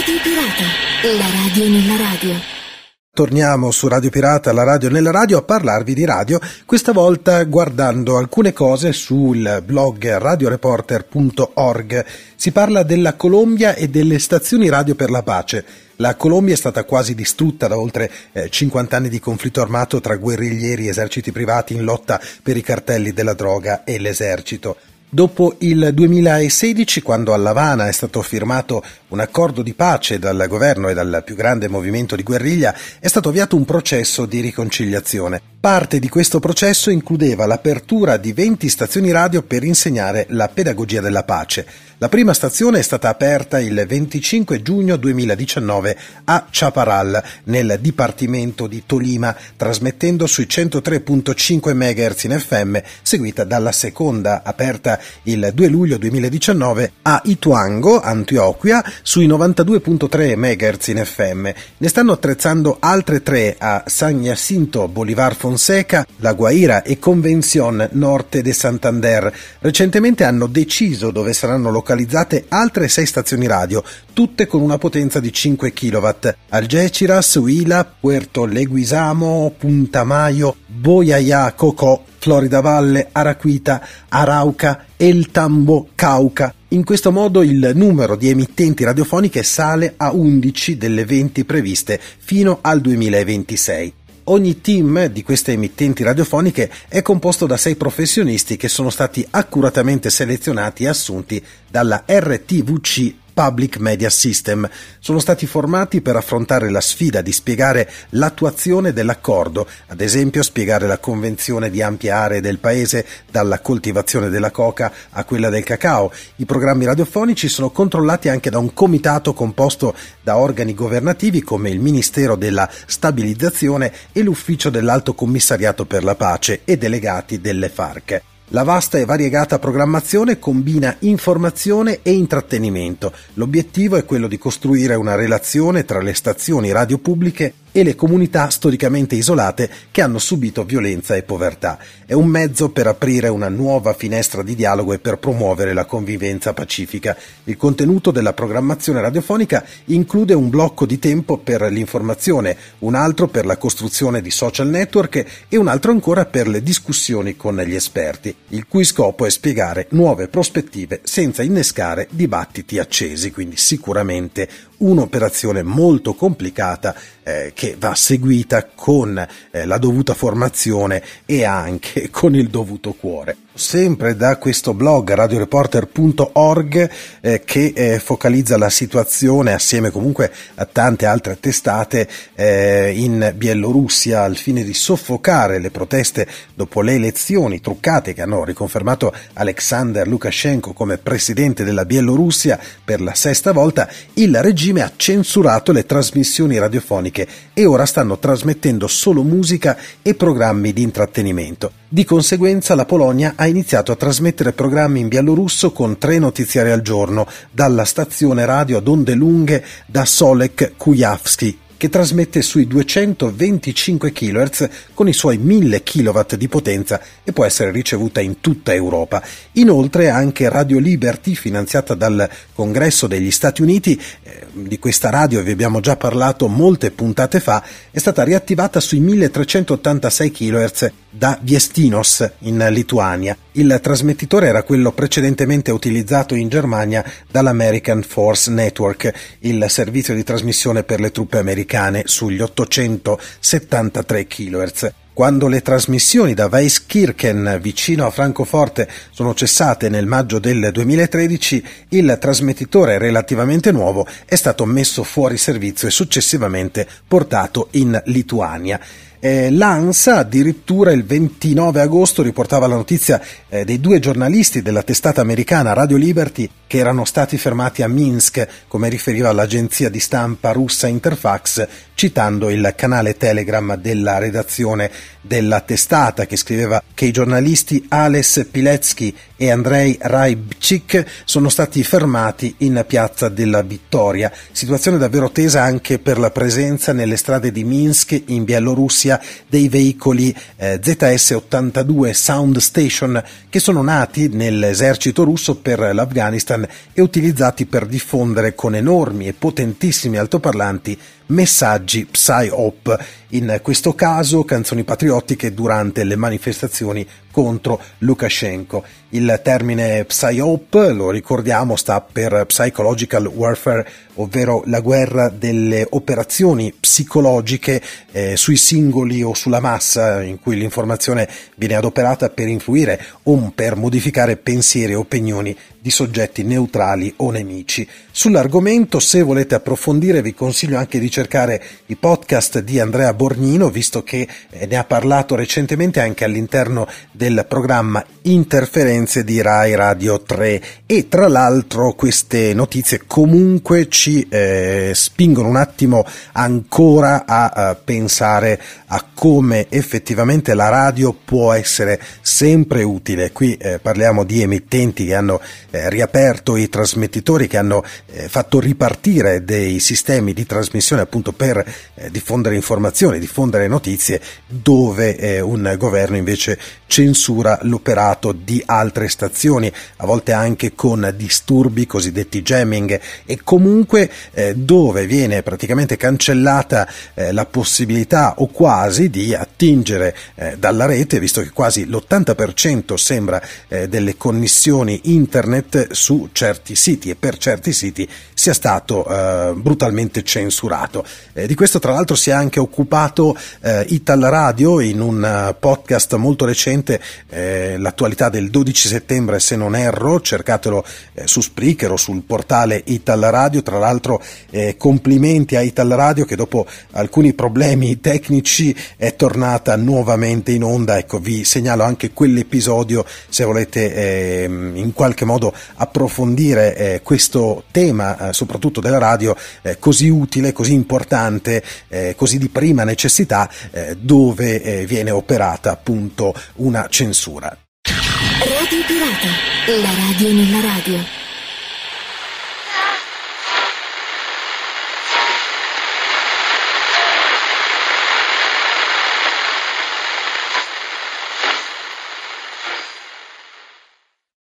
Radio Pirata, la radio nella radio. Torniamo su Radio Pirata, la radio nella radio, a parlarvi di radio, questa volta guardando alcune cose sul blog radioreporter.org. Si parla della Colombia e delle stazioni radio per la pace. La Colombia è stata quasi distrutta da oltre 50 anni di conflitto armato tra guerriglieri e eserciti privati in lotta per i cartelli della droga e l'esercito. Dopo il 2016, quando a L'Avana è stato firmato un accordo di pace dal governo e dal più grande movimento di guerriglia, è stato avviato un processo di riconciliazione. Parte di questo processo includeva l'apertura di 20 stazioni radio per insegnare la pedagogia della pace. La prima stazione è stata aperta il 25 giugno 2019 a Chaparral, nel dipartimento di Tolima, trasmettendo sui 103.5 MHz in FM, seguita dalla seconda, aperta il 2 luglio 2019 a Ituango, Antioquia, sui 92.3 MHz in FM. Ne stanno attrezzando altre tre a San Jacinto, Bolivar Fonseca, La Guaira e Convención Norte de Santander. Recentemente hanno deciso dove saranno localizzate altre 6 stazioni radio, tutte con una potenza di 5 kW. Algeciras, Huila, Puerto Leguizamo, Punta Mayo, Boyaya, Cocó, Florida Valle, Araquita, Arauca, El Tambo, Cauca. In questo modo il numero di emittenti radiofoniche sale a 11 delle 20 previste fino al 2026. Ogni team di queste emittenti radiofoniche è composto da 6 professionisti che sono stati accuratamente selezionati e assunti dalla RTVC Public Media System. Sono stati formati per affrontare la sfida di spiegare l'attuazione dell'accordo, ad esempio spiegare la convenzione di ampie aree del paese, dalla coltivazione della coca a quella del cacao. I programmi radiofonici sono controllati anche da un comitato composto da organi governativi come il Ministero della Stabilizzazione e l'Ufficio dell'Alto Commissariato per la Pace e delegati delle FARC. La vasta e variegata programmazione combina informazione e intrattenimento. L'obiettivo è quello di costruire una relazione tra le stazioni radio pubbliche e le comunità storicamente isolate che hanno subito violenza e povertà. È un mezzo per aprire una nuova finestra di dialogo e per promuovere la convivenza pacifica. Il contenuto della programmazione radiofonica include un blocco di tempo per l'informazione, un altro per la costruzione di social network e un altro ancora per le discussioni con gli esperti, il cui scopo è spiegare nuove prospettive senza innescare dibattiti accesi, quindi sicuramente un'operazione molto complicata che va seguita con la dovuta formazione e anche con il dovuto cuore. Sempre da questo blog radioreporter.org che focalizza la situazione assieme comunque a tante altre testate in Bielorussia al fine di soffocare le proteste dopo le elezioni truccate che hanno riconfermato Alexander Lukashenko come presidente della Bielorussia per la 6ª volta. Il regime ha censurato le trasmissioni radiofoniche e ora stanno trasmettendo solo musica e programmi di intrattenimento. Di conseguenza la Polonia ha iniziato a trasmettere programmi in bielorusso con 3 notiziari al giorno dalla stazione radio ad onde lunghe da Solek Kujawski, che trasmette sui 225 kHz con i suoi 1000 kW di potenza e può essere ricevuta in tutta Europa. Inoltre anche Radio Liberty, finanziata dal Congresso degli Stati Uniti, di questa radio vi abbiamo già parlato molte puntate fa, è stata riattivata sui 1386 kHz da Viestinos in Lituania. Il trasmettitore era quello precedentemente utilizzato in Germania dall'American Force Network, il servizio di trasmissione per le truppe americane sugli 873 kHz. Quando le trasmissioni da Weiskirchen, vicino a Francoforte, sono cessate nel maggio del 2013, il trasmettitore relativamente nuovo è stato messo fuori servizio e successivamente portato in Lituania. L'ANSA addirittura il 29 agosto riportava la notizia dei 2 giornalisti della testata americana Radio Liberty che erano stati fermati a Minsk, come riferiva l'agenzia di stampa russa Interfax, citando il canale Telegram della redazione della testata, che scriveva che i giornalisti Ales Piletsky e Andrei Rybchik sono stati fermati in piazza della Vittoria. Situazione davvero tesa anche per la presenza nelle strade di Minsk in Bielorussia notizia dei veicoli ZS-82 Sound Station che sono nati nell'esercito russo per l'Afghanistan e utilizzati per diffondere con enormi e potentissimi altoparlanti messaggi psyop, in questo caso canzoni patriottiche durante le manifestazioni contro Lukashenko. Il termine psyop, lo ricordiamo, sta per psychological warfare, ovvero la guerra delle operazioni psicologiche sui singoli o sulla massa, in cui l'informazione viene adoperata per influire o per modificare pensieri e opinioni di soggetti neutrali o nemici. Sull'argomento, se volete approfondire, vi consiglio anche di cercare i podcast di Andrea Borgnino, visto che ne ha parlato recentemente anche all'interno del programma Interferenze di Rai Radio 3, e tra l'altro queste notizie comunque ci spingono un attimo ancora a pensare a come effettivamente la radio può essere sempre utile. Qui parliamo di emittenti che hanno riaperto i trasmettitori, che hanno fatto ripartire dei sistemi di trasmissione appunto per diffondere informazioni, diffondere notizie, dove un governo invece censura l'operato di altre stazioni, a volte anche con disturbi cosiddetti jamming, e comunque dove viene praticamente cancellata la possibilità o quasi di attingere dalla rete, visto che quasi l'80% sembra delle connessioni internet su certi siti e per certi siti sia stato brutalmente censurato. Di questo tra l'altro si è anche occupato Ital Radio in un podcast molto recente, l'attualità del 12 settembre se non erro, cercatelo su Spreaker o sul portale Ital Radio. Tra l'altro complimenti a Ital Radio che dopo alcuni problemi tecnici è tornata nuovamente in onda. Ecco, vi segnalo anche quell'episodio se volete in qualche modo approfondire questo tema, soprattutto della radio, così utile, così importante, così di prima necessità, dove viene operata appunto una censura. Radio Pirata, la radio nella radio.